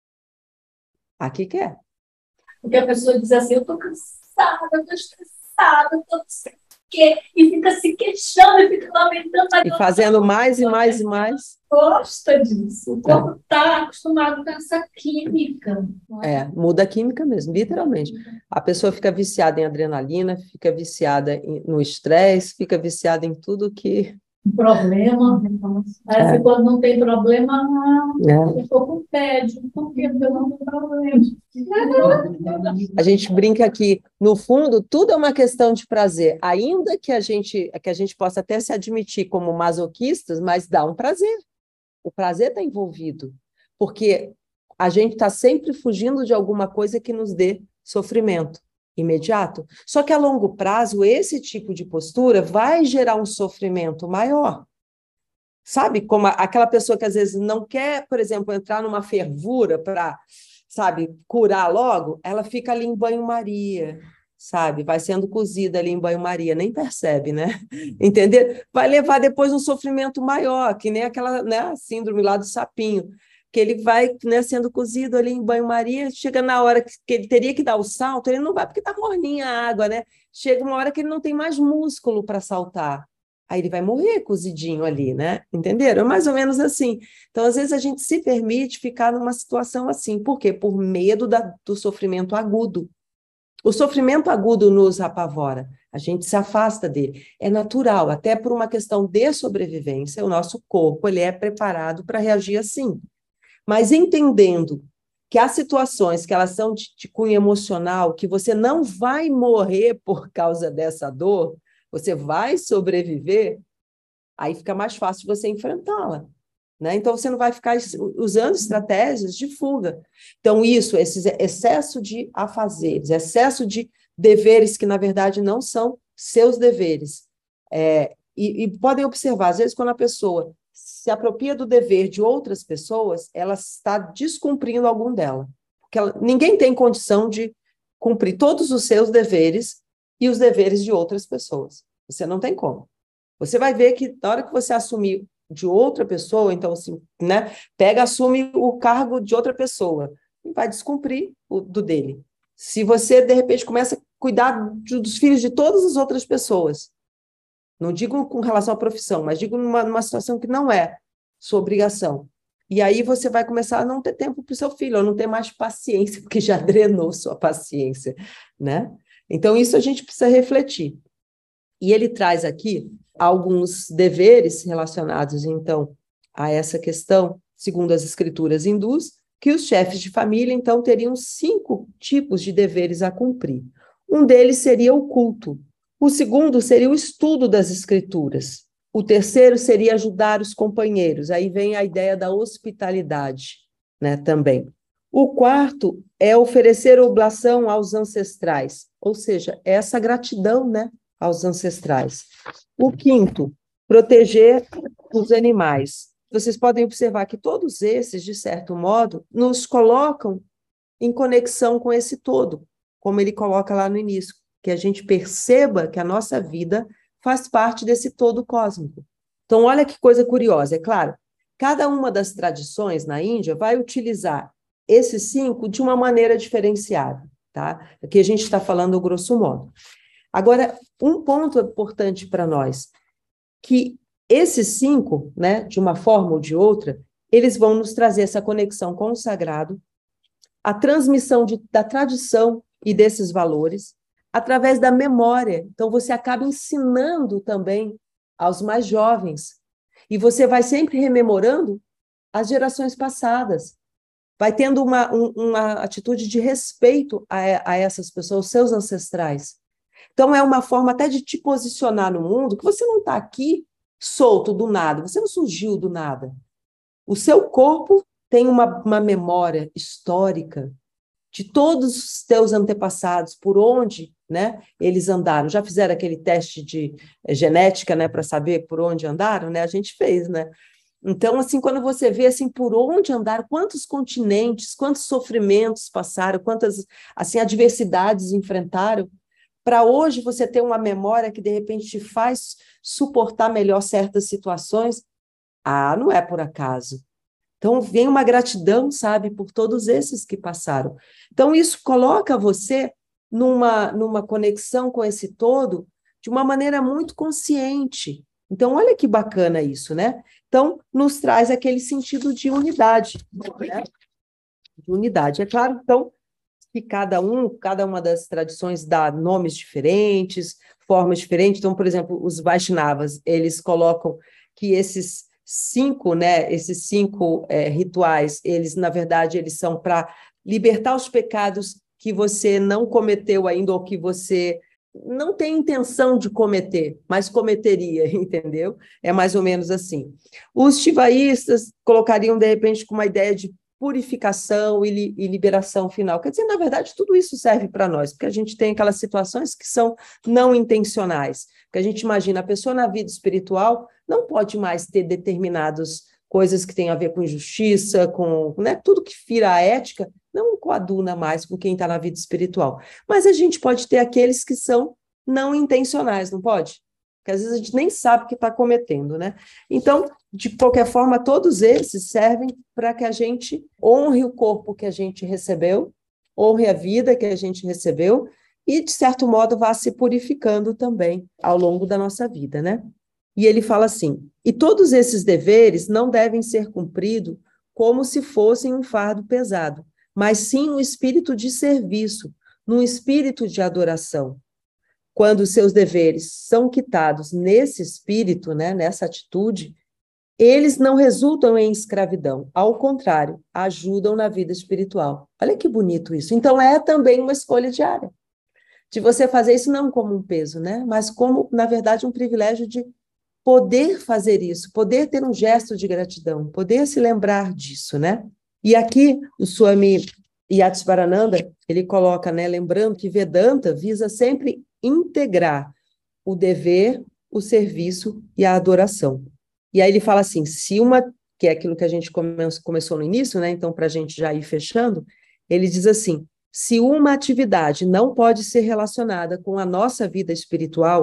A que quer. Porque a pessoa diz assim, eu estou cansada, eu estou estressada, eu estou não sei o quê, e fica se queixando, e fica lamentando. E fazendo mais e mais e mais. Gosta disso. O corpo está acostumado com essa química. É, muda a química mesmo, literalmente. A pessoa fica viciada em adrenalina, fica viciada em, no estresse, fica viciada em tudo que... Problema. Aí, É. quando não tem problema, não, É. eu estou com tédio. Por quê? Porque eu não tenho problema. A gente brinca que, no fundo, tudo é uma questão de prazer, ainda que a gente, que a gente possa até se admitir como masoquistas, mas dá um prazer. O prazer está envolvido, porque a gente está sempre fugindo de alguma coisa que nos dê sofrimento imediato. Só que a longo prazo, esse tipo de postura vai gerar um sofrimento maior. Sabe? Como aquela pessoa que às vezes não quer, por exemplo, entrar numa fervura para, sabe, curar logo, ela fica ali em banho-maria, sabe? Vai sendo cozida ali em banho-maria, nem percebe, né? Entender? Vai levar depois um sofrimento maior, que nem aquela, né, síndrome lá do sapinho, que ele vai, né, sendo cozido ali em banho-maria, chega na hora que, que ele teria que dar o salto, ele não vai porque está morninha a água, né? Chega uma hora que ele não tem mais músculo para saltar. Aí ele vai morrer cozidinho ali, né? Entenderam? É mais ou menos assim. Então, às vezes, a gente se permite ficar numa situação assim. Por quê? Por medo da, do sofrimento agudo. O sofrimento agudo nos apavora. A gente se afasta dele. É natural, até por uma questão de sobrevivência, o nosso corpo ele é preparado para reagir assim. Mas entendendo que há situações que elas são de, de cunho emocional, que você não vai morrer por causa dessa dor, você vai sobreviver, aí fica mais fácil você enfrentá-la, né? Então, você não vai ficar usando estratégias de fuga. Então, isso, esse excesso de afazeres, excesso de deveres que, na verdade, não são seus deveres. É, e, e podem observar, às vezes, quando a pessoa se apropria do dever de outras pessoas, ela está descumprindo algum dela. Porque ela, ninguém tem condição de cumprir todos os seus deveres e os deveres de outras pessoas. Você não tem como. Você vai ver que na hora que você assumir de outra pessoa, então, assim, né, pega, assume o cargo de outra pessoa, e vai descumprir o do dele. Se você, de repente, começa a cuidar de, dos filhos de todas as outras pessoas, não digo com relação à profissão, mas digo numa, numa situação que não é sua obrigação. E aí você vai começar a não ter tempo para o seu filho, ou não ter mais paciência, porque já drenou sua paciência, né? Então, isso a gente precisa refletir. E ele traz aqui alguns deveres relacionados, então, a essa questão, segundo as escrituras hindus, que os chefes de família, então, teriam cinco tipos de deveres a cumprir. Um deles seria o culto. O segundo seria o estudo das escrituras. O terceiro seria ajudar os companheiros. Aí vem a ideia da hospitalidade, né, também. O quarto é oferecer oblação aos ancestrais, ou seja, essa gratidão, né, aos ancestrais. O quinto, proteger os animais. Vocês podem observar que todos esses, de certo modo, nos colocam em conexão com esse todo, como ele coloca lá no início, que a gente perceba que a nossa vida faz parte desse todo cósmico. Então, olha que coisa curiosa, é claro, cada uma das tradições na Índia vai utilizar esses cinco de uma maneira diferenciada, tá? Aqui a gente está falando grosso modo. Agora, um ponto importante para nós, que esses cinco, né, de uma forma ou de outra, eles vão nos trazer essa conexão com o sagrado, a transmissão de, da tradição e desses valores, através da memória. Então, você acaba ensinando também aos mais jovens. E você vai sempre rememorando as gerações passadas. Vai tendo uma, um, uma atitude de respeito a, a essas pessoas, os seus ancestrais. Então, é uma forma até de te posicionar no mundo, que você não está aqui solto do nada, você não surgiu do nada. O seu corpo tem uma, uma memória histórica de todos os teus antepassados, por onde, né, eles andaram. Já fizeram aquele teste de é, genética, né, para saber por onde andaram? Né? A gente fez, né? Então, assim, quando você vê assim, por onde andaram, quantos continentes, quantos sofrimentos passaram, quantas assim, adversidades enfrentaram, para hoje você ter uma memória que, de repente, te faz suportar melhor certas situações, ah, não é por acaso. Então, vem uma gratidão, sabe, por todos esses que passaram. Então, isso coloca você numa, numa conexão com esse todo de uma maneira muito consciente. Então, olha que bacana isso, né? Então, nos traz aquele sentido de unidade, né? De unidade. É claro, então, que cada um, cada uma das tradições dá nomes diferentes, formas diferentes. Então, por exemplo, os Vaishnavas, eles colocam que esses cinco, né, esses cinco é, rituais, eles, na verdade, eles são para libertar os pecados que você não cometeu ainda ou que você não tem intenção de cometer, mas cometeria, entendeu? É mais ou menos assim. Os shivaístas colocariam, de repente, com uma ideia de purificação e, li, e liberação final. Quer dizer, na verdade, tudo isso serve para nós, porque a gente tem aquelas situações que são não intencionais, que a gente imagina, a pessoa na vida espiritual não pode mais ter determinadas coisas que têm a ver com injustiça, com, né, tudo que fira a ética, não coaduna mais com quem está na vida espiritual. Mas a gente pode ter aqueles que são não intencionais, não pode? Porque às vezes a gente nem sabe o que está cometendo, né? Então, de qualquer forma, todos esses servem para que a gente honre o corpo que a gente recebeu, honre a vida que a gente recebeu e, de certo modo, vá se purificando também ao longo da nossa vida, né? E ele fala assim, e todos esses deveres não devem ser cumpridos como se fossem um fardo pesado, mas sim um espírito de serviço, num espírito de adoração. Quando os seus deveres são quitados nesse espírito, né, nessa atitude, eles não resultam em escravidão, ao contrário, ajudam na vida espiritual. Olha que bonito isso. Então, é também uma escolha diária, de você fazer isso não como um peso, né, mas como, na verdade, um privilégio de poder fazer isso, poder ter um gesto de gratidão, poder se lembrar disso, né? E aqui, o Swami Yatisvarananda, ele coloca, né, lembrando que Vedanta visa sempre integrar o dever, o serviço e a adoração. E aí ele fala assim, se uma, que é aquilo que a gente come, começou no início, né, então para a gente já ir fechando, ele diz assim, se uma atividade não pode ser relacionada com a nossa vida espiritual,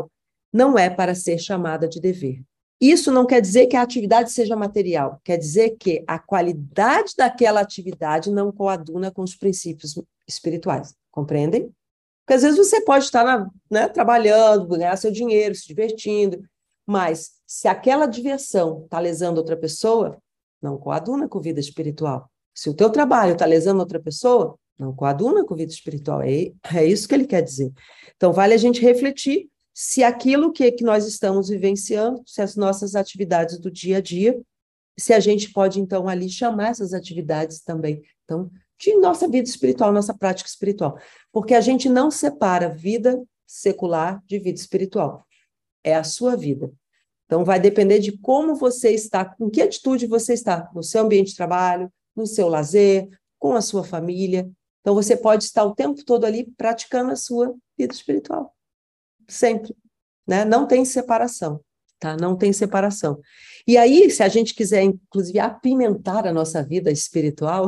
não é para ser chamada de dever. Isso não quer dizer que a atividade seja material, quer dizer que a qualidade daquela atividade não coaduna com os princípios espirituais, compreendem? Porque às vezes você pode estar na, né, trabalhando, ganhar seu dinheiro, se divertindo, mas se aquela diversão está lesando outra pessoa, não coaduna com vida espiritual. Se o teu trabalho está lesando outra pessoa, não coaduna com vida espiritual. É, é isso que ele quer dizer. Então, vale a gente refletir se aquilo que, que nós estamos vivenciando, se as nossas atividades do dia a dia, se a gente pode, então, ali chamar essas atividades também, então, de nossa vida espiritual, nossa prática espiritual. Porque a gente não separa vida secular de vida espiritual. É a sua vida. Então, vai depender de como você está, com que atitude você está, no seu ambiente de trabalho, no seu lazer, com a sua família. Então, você pode estar o tempo todo ali praticando a sua vida espiritual. Sempre, né? Não tem separação, tá? Não tem separação. E aí, se a gente quiser, inclusive, apimentar a nossa vida espiritual,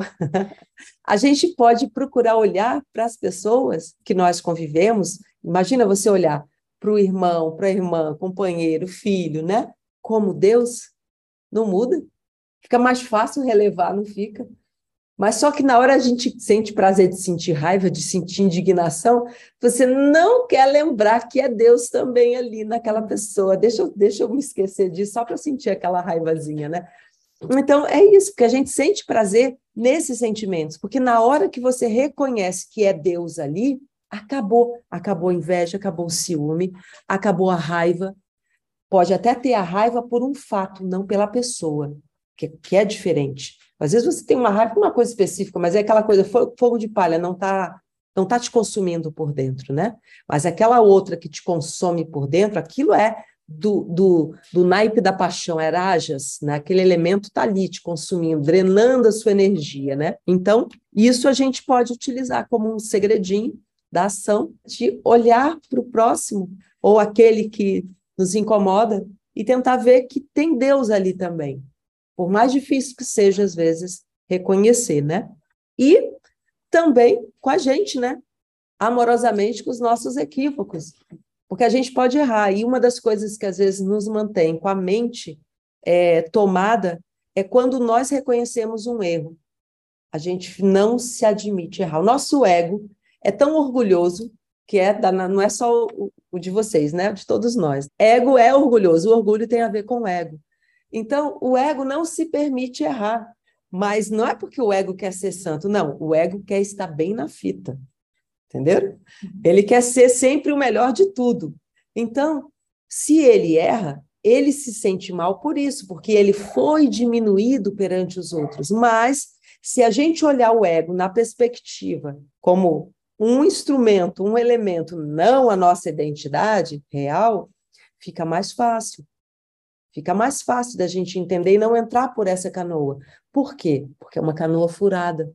a gente pode procurar olhar para as pessoas que nós convivemos. Imagina você olhar para o irmão, para a irmã, companheiro, filho, né? Como Deus não muda. Fica mais fácil relevar, não fica? Mas só que na hora a gente sente prazer de sentir raiva, de sentir indignação, você não quer lembrar que é Deus também ali naquela pessoa. Deixa eu, deixa eu me esquecer disso, só para sentir aquela raivazinha, né? Então, é isso, porque a gente sente prazer nesses sentimentos, porque na hora que você reconhece que é Deus ali, acabou. Acabou a inveja, acabou o ciúme, acabou a raiva. Pode até ter a raiva por um fato, não pela pessoa, que, que é diferente. Às vezes você tem uma raiva por uma coisa específica, mas é aquela coisa, fogo de palha, não está não tá te consumindo por dentro, né? Mas aquela outra que te consome por dentro, aquilo é do, do, do naipe da paixão, é rajas, né? Aquele elemento está ali te consumindo, drenando a sua energia, né? Então, isso a gente pode utilizar como um segredinho da ação, de olhar para o próximo, ou aquele que nos incomoda, e tentar ver que tem Deus ali também. Por mais difícil que seja, às vezes, reconhecer, né? E também com a gente, né? Amorosamente com os nossos equívocos. Porque a gente pode errar. E uma das coisas que, às vezes, nos mantém com a mente é, tomada é quando nós reconhecemos um erro. A gente não se admite errar. O nosso ego é tão orgulhoso que é da, não é só o, o de vocês, né? De todos nós. Ego é orgulhoso. O orgulho tem a ver com ego. Então, o ego não se permite errar, mas não é porque o ego quer ser santo, não, o ego quer estar bem na fita, entenderam? Ele quer ser sempre o melhor de tudo. Então, se ele erra, ele se sente mal por isso, porque ele foi diminuído perante os outros. Mas, se a gente olhar o ego na perspectiva como um instrumento, um elemento, não a nossa identidade real, fica mais fácil. Fica mais fácil da gente entender e não entrar por essa canoa. Por quê? Porque é uma canoa furada.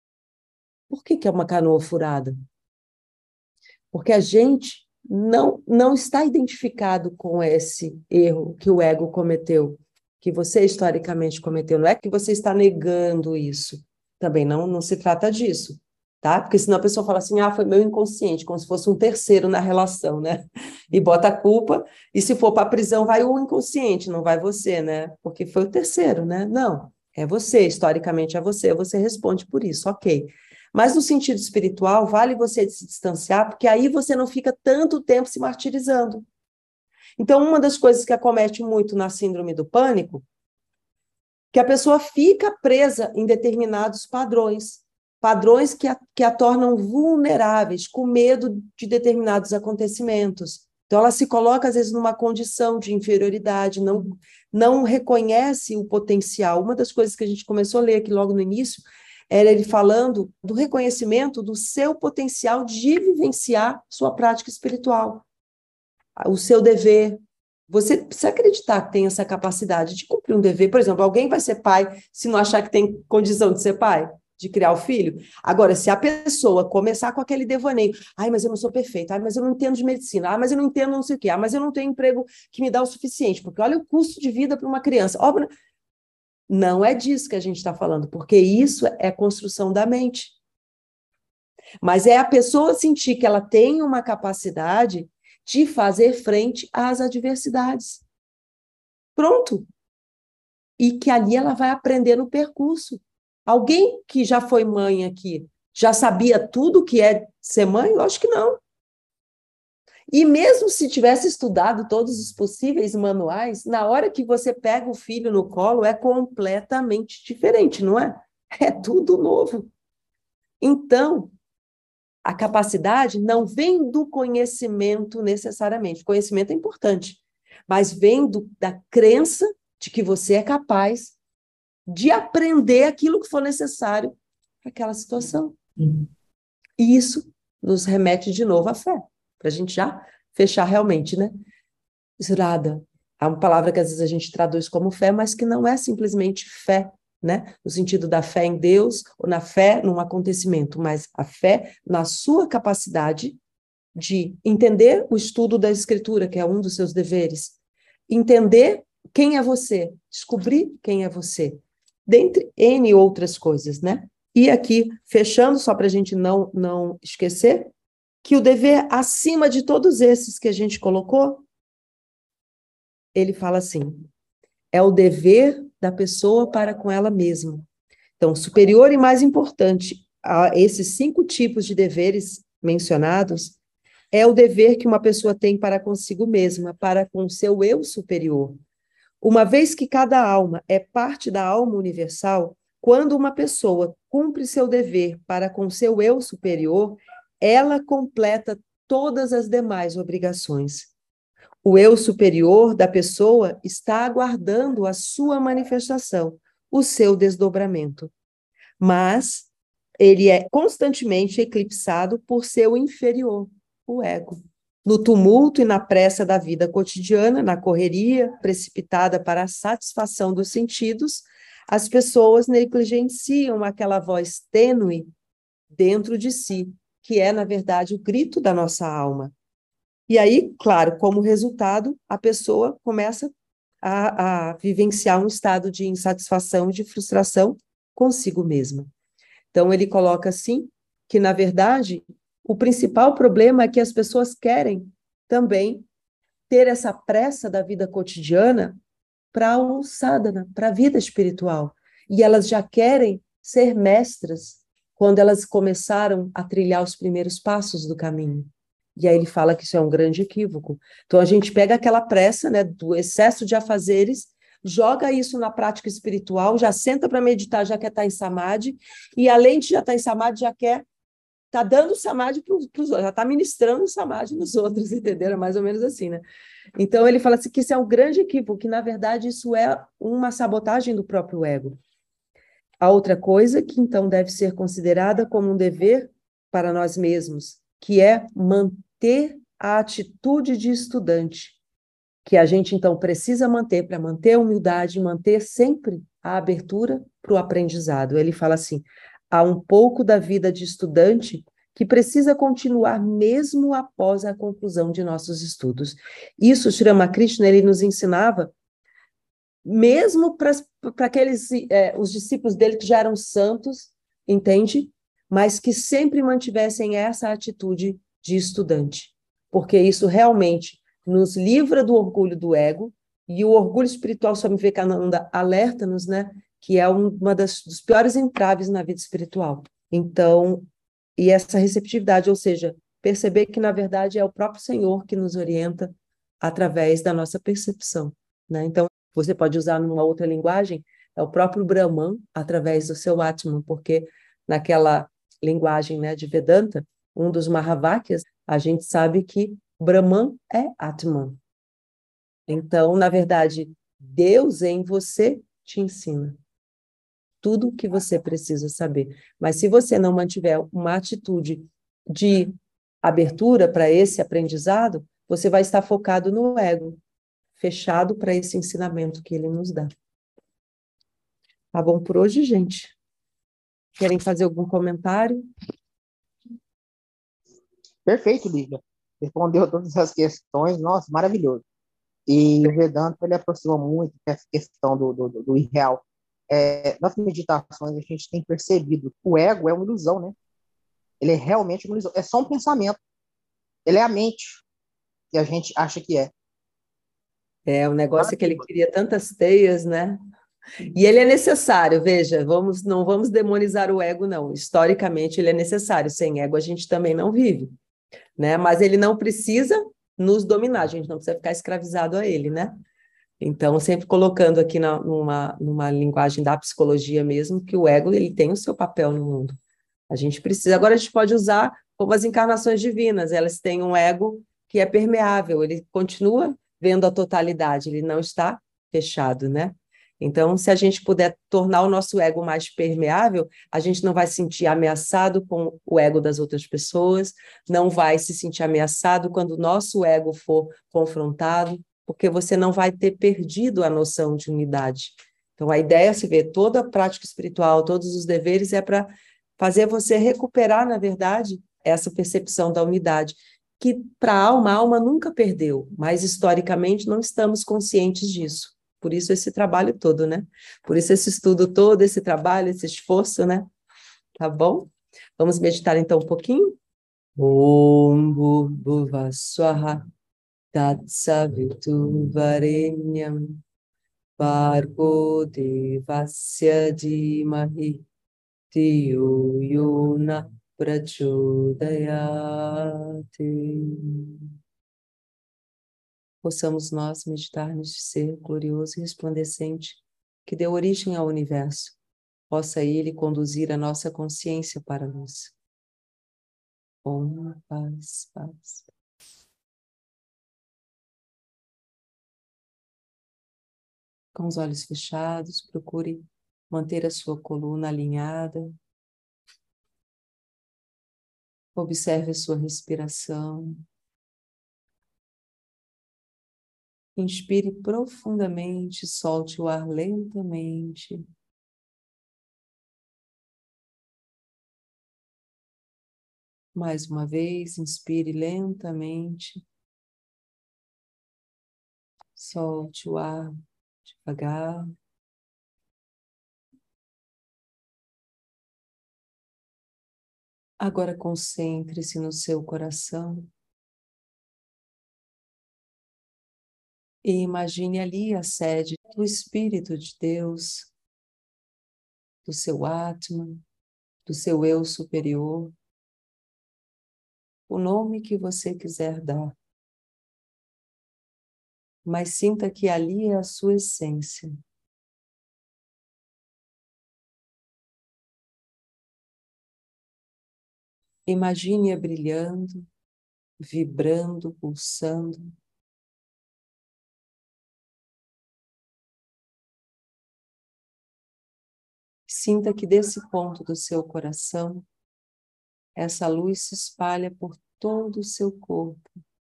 Por que que é uma canoa furada? Porque a gente não, não está identificado com esse erro que o ego cometeu, que você historicamente cometeu. Não é que você está negando isso. Também não, não se trata disso. Tá? Porque senão a pessoa fala assim, ah, foi meu inconsciente, como se fosse um terceiro na relação, né? E bota a culpa, e se for para a prisão, vai o inconsciente, não vai você, né? Porque foi o terceiro, né? Não, é você, historicamente é você, você responde por isso, ok. Mas no sentido espiritual, vale você se distanciar, porque aí você não fica tanto tempo se martirizando. Então, uma das coisas que acomete muito na síndrome do pânico, que a pessoa fica presa em determinados padrões, padrões que a, que a tornam vulneráveis, com medo de determinados acontecimentos. Então, ela se coloca, às vezes, numa condição de inferioridade, não, não reconhece o potencial. Uma das coisas que a gente começou a ler aqui logo no início era ele falando do reconhecimento do seu potencial de vivenciar sua prática espiritual, o seu dever. Você precisa acreditar que tem essa capacidade de cumprir um dever. Por exemplo, alguém vai ser pai se não achar que tem condição de ser pai? De criar o filho. Agora, se a pessoa começar com aquele devaneio, ai, mas eu não sou perfeita, ai, mas eu não entendo de medicina, ai, mas eu não entendo não sei o quê, ai, mas eu não tenho emprego que me dá o suficiente, porque olha o custo de vida para uma criança. Óbvio, não é disso que a gente está falando, porque isso é construção da mente. Mas é a pessoa sentir que ela tem uma capacidade de fazer frente às adversidades. Pronto. E que ali ela vai aprender no percurso. Alguém que já foi mãe aqui, já sabia tudo o que é ser mãe? Lógico que não. E mesmo se tivesse estudado todos os possíveis manuais, na hora que você pega o filho no colo, é completamente diferente, não é? É tudo novo. Então, a capacidade não vem do conhecimento necessariamente. O conhecimento é importante, mas vem do, da crença de que você é capaz de aprender aquilo que for necessário para aquela situação. Uhum. E isso nos remete de novo à fé, para a gente já fechar realmente, né? Zrada. É uma palavra que às vezes a gente traduz como fé, mas que não é simplesmente fé, né? No sentido da fé em Deus, ou na fé num acontecimento, mas a fé na sua capacidade de entender o estudo da Escritura, que é um dos seus deveres, entender quem é você, descobrir quem é você, dentre N outras coisas, né? E aqui, fechando, só para a gente não, não esquecer, que o dever acima de todos esses que a gente colocou, ele fala assim, é o dever da pessoa para com ela mesma. Então, superior e mais importante a esses cinco tipos de deveres mencionados, é o dever que uma pessoa tem para consigo mesma, para com seu eu superior. Uma vez que cada alma é parte da alma universal, quando uma pessoa cumpre seu dever para com seu eu superior, ela completa todas as demais obrigações. O eu superior da pessoa está aguardando a sua manifestação, o seu desdobramento. Mas ele é constantemente eclipsado por seu inferior, o ego. No tumulto e na pressa da vida cotidiana, na correria precipitada para a satisfação dos sentidos, as pessoas negligenciam aquela voz tênue dentro de si, que é, na verdade, o grito da nossa alma. E aí, claro, como resultado, a pessoa começa a, a vivenciar um estado de insatisfação e de frustração consigo mesma. Então, ele coloca assim, que, na verdade, o principal problema é que as pessoas querem também ter essa pressa da vida cotidiana para o sadhana, para a vida espiritual. E elas já querem ser mestras quando elas começaram a trilhar os primeiros passos do caminho. E aí ele fala que isso é um grande equívoco. Então a gente pega aquela pressa, né, do excesso de afazeres, joga isso na prática espiritual, já senta para meditar, já quer estar em samadhi, e além de já estar em samadhi, já quer estar dando samadhi para os outros, já está ministrando samadhi nos outros, entenderam? Mais ou menos assim, né? Então ele fala assim que isso é um grande equívoco, que na verdade isso é uma sabotagem do próprio ego. A outra coisa que então deve ser considerada como um dever para nós mesmos, que é manter a atitude de estudante, que a gente então precisa manter para manter a humildade, manter sempre a abertura para o aprendizado. Ele fala assim, há um pouco da vida de estudante que precisa continuar mesmo após a conclusão de nossos estudos. Isso, Sri Ramakrishna, ele nos ensinava, mesmo para aqueles, é, os discípulos dele que já eram santos, entende? Mas que sempre mantivessem essa atitude de estudante, porque isso realmente nos livra do orgulho do ego, e o orgulho espiritual, Swami Vivekananda alerta-nos, né, que é uma das dos piores entraves na vida espiritual. Então, e essa receptividade, ou seja, perceber que, na verdade, é o próprio Senhor que nos orienta através da nossa percepção, né? Então, você pode usar numa outra linguagem, é o próprio Brahman através do seu Atman, porque naquela linguagem, né, de Vedanta, um dos Mahavakyas, a gente sabe que Brahman é Atman. Então, na verdade, Deus em você te ensina tudo o que você precisa saber. Mas se você não mantiver uma atitude de abertura para esse aprendizado, você vai estar focado no ego, fechado para esse ensinamento que ele nos dá. Tá bom por hoje, gente? Querem fazer algum comentário? Perfeito, Lívia. Respondeu todas as questões, nossa, maravilhoso. E o Vedanta, ele aproxima muito essa questão do, do, do irreal. É, nas meditações, a gente tem percebido que o ego é uma ilusão, né? Ele é realmente uma ilusão. É só um pensamento. Ele é a mente. que a gente acha que é. É, o negócio é que ele cria tantas teias, né? E ele é necessário, veja, vamos, não vamos demonizar o ego, não. Historicamente, ele é necessário. Sem ego, a gente também não vive, né? Mas ele não precisa nos dominar, a gente não precisa ficar escravizado a ele, né? Então, sempre colocando aqui na, numa, numa linguagem da psicologia mesmo, que o ego ele tem o seu papel no mundo. A gente precisa. Agora, a gente pode usar como as encarnações divinas, elas têm um ego que é permeável, ele continua vendo a totalidade, ele não está fechado, né? Então, se a gente puder tornar o nosso ego mais permeável, a gente não vai se sentir ameaçado com o ego das outras pessoas, não vai se sentir ameaçado quando o nosso ego for confrontado, porque você não vai ter perdido a noção de unidade. Então, a ideia, se vê, toda a prática espiritual, todos os deveres é para fazer você recuperar, na verdade, essa percepção da unidade, que para a alma, a alma nunca perdeu, mas historicamente não estamos conscientes disso. Por isso esse trabalho todo, né? Por isso esse estudo todo, esse trabalho, esse esforço, né? Tá bom? Vamos meditar então um pouquinho? Om Bhurbuva Swaha Tatsaviturvarenyam Bhargo Devasya Dhimahi Dhiyo Yona Prachodayate. Possamos nós meditar neste ser glorioso e resplandecente que deu origem ao universo. Possa ele conduzir a nossa consciência para a luz. Om, paz, paz. Com os olhos fechados, procure manter a sua coluna alinhada. Observe a sua respiração. Inspire profundamente, solte o ar lentamente. Mais uma vez, inspire lentamente. Solte o ar devagar. Agora concentre-se no seu coração. E imagine ali a sede do Espírito de Deus, do seu Atma, do seu Eu superior, o nome que você quiser dar. Mas sinta que ali é a sua essência. Imagine-a brilhando, vibrando, pulsando. Sinta que desse ponto do seu coração, essa luz se espalha por todo o seu corpo,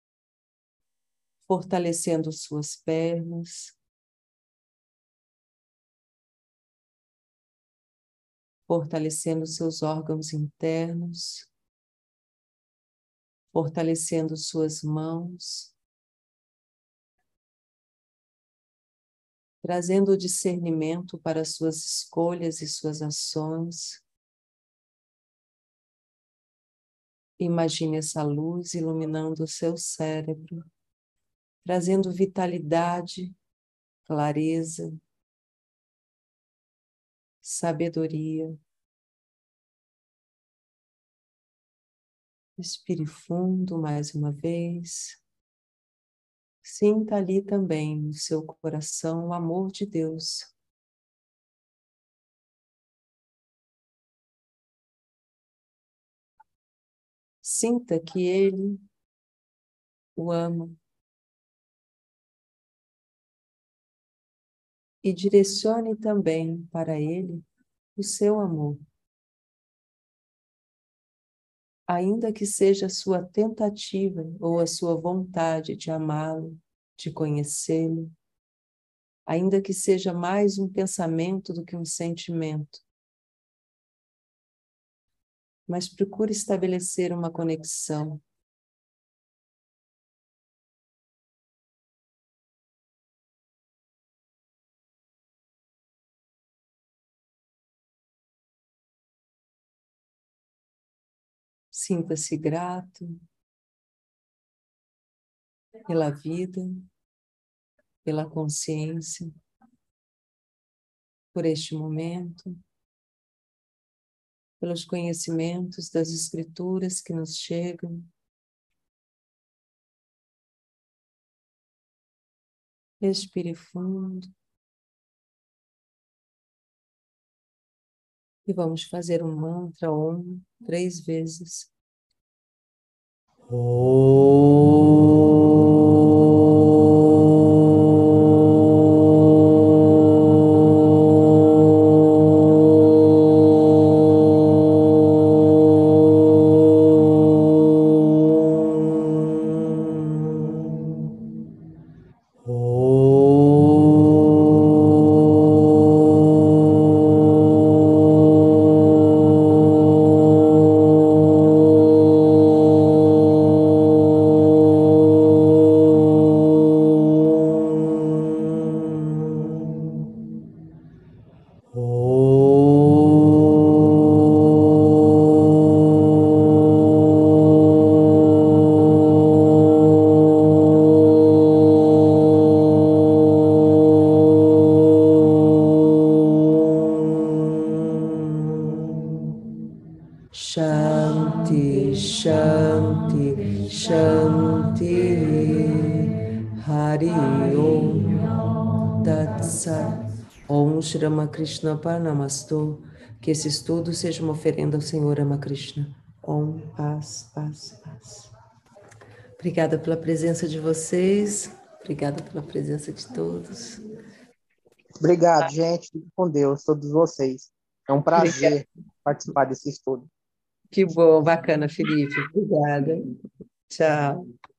fortalecendo suas pernas, fortalecendo seus órgãos internos, fortalecendo suas mãos, trazendo o discernimento para suas escolhas e suas ações. Imagine essa luz iluminando o seu cérebro, trazendo vitalidade, clareza, sabedoria. Respire fundo mais uma vez. Sinta ali também no seu coração o amor de Deus. Sinta que Ele o ama e direcione também para Ele o seu amor. Ainda que seja a sua tentativa ou a sua vontade de amá-lo, de conhecê-lo, ainda que seja mais um pensamento do que um sentimento, mas procure estabelecer uma conexão. Sinta-se grato pela vida, pela consciência, por este momento, pelos conhecimentos das escrituras que nos chegam. Respire fundo. E vamos fazer um mantra Om três vezes. Shanti, Shanti, Shanti, Hari Om, Tat Sat, Om Shri Ramakrishna Parnamastu, que esse estudo seja uma oferenda ao Senhor Ramakrishna. Om, paz, paz, paz. Obrigada pela presença de vocês, obrigada pela presença de todos. Obrigado, gente. Fique com Deus, todos vocês. É um prazer Obrigada. Participar desse estudo. Que bom, bacana, Felipe. Obrigada. Tchau.